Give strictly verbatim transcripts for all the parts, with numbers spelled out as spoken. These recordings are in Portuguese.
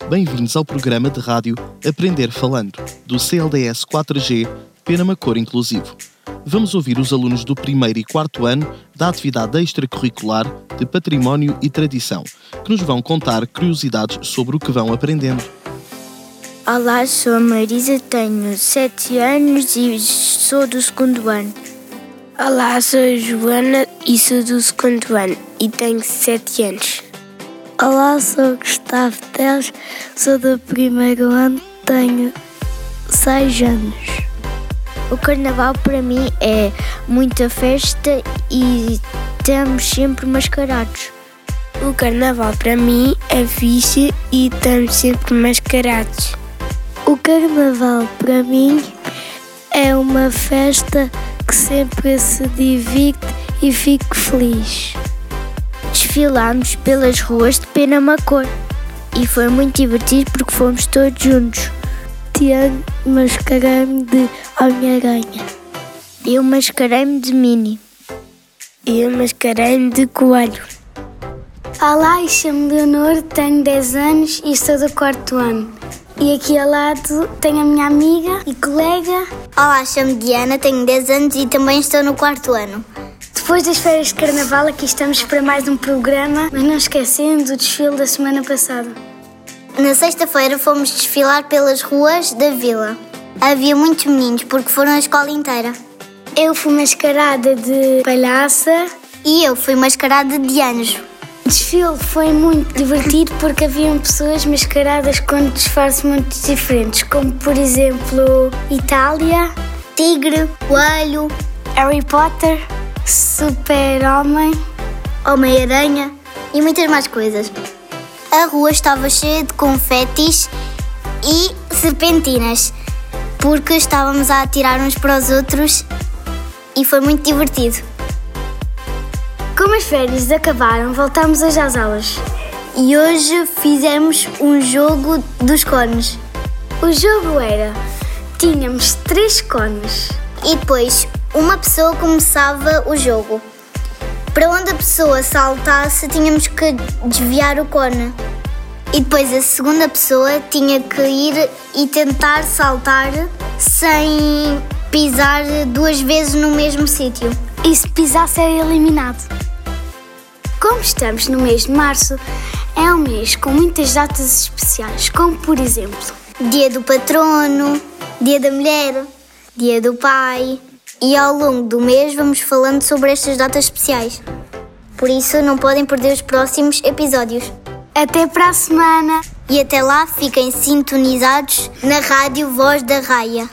Bem-vindos ao programa de rádio Aprender Falando, do C L D S quatro G Penamacor Inclusivo. Vamos ouvir os alunos do primeiro e quarto ano da atividade extracurricular de Património e Tradição, que nos vão contar curiosidades sobre o que vão aprendendo. Olá, sou a Marisa, tenho sete anos e sou do segundo ano. Olá, sou a Joana e sou do segundo ano e tenho sete anos. Olá, sou o Gustavo Teles, sou do primeiro ano, tenho seis anos. O carnaval para mim é muita festa e estamos sempre mascarados. O carnaval para mim é fixe e estamos sempre mascarados. O carnaval para mim é uma festa que sempre se divirte e fico feliz. Desfilámos pelas ruas de Penamacor e foi muito divertido porque fomos todos juntos. Tiago mascarei-me de Homem-Aranha. Eu mascarei-me de Mini. Eu mascarei-me de Coelho. Olá, eu chamo-me Leonor, tenho dez anos e sou do quarto ano. E aqui ao lado tenho a minha amiga e colega. Olá, chamo-me Diana, tenho dez anos e também estou no quarto ano. Depois das férias de carnaval, aqui estamos para mais um programa, mas não esquecendo o desfile da semana passada. Na sexta-feira fomos desfilar pelas ruas da vila. Havia muitos meninos porque foram a escola inteira. Eu fui mascarada de palhaça. E eu fui mascarada de anjo. O desfile foi muito divertido porque haviam pessoas mascaradas com disfarces muito diferentes, como por exemplo Itália, Tigre, Coelho, Harry Potter, Super-Homem, Homem-Aranha e muitas mais coisas. A rua estava cheia de confetis e serpentinas, porque estávamos a atirar uns para os outros e foi muito divertido. Como as férias acabaram, voltámos hoje às aulas. E hoje fizemos um jogo dos cones. O jogo era, tínhamos três cones. E depois uma pessoa começava o jogo. Para onde a pessoa saltasse, tínhamos que desviar o cone. E depois a segunda pessoa tinha que ir e tentar saltar sem pisar duas vezes no mesmo sítio. E se pisasse era eliminado. Como estamos no mês de março, é um mês com muitas datas especiais, como por exemplo Dia do Patrono, Dia da Mulher, Dia do Pai. E ao longo do mês vamos falando sobre estas datas especiais. Por isso não podem perder os próximos episódios. Até para a semana! E até lá fiquem sintonizados na Rádio Voz da Raia.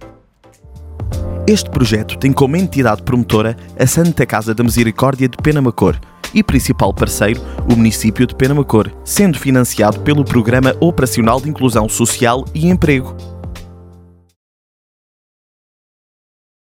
Este projeto tem como entidade promotora a Santa Casa da Misericórdia de Penamacor e principal parceiro o município de Penamacor, sendo financiado pelo Programa Operacional de Inclusão Social e Emprego.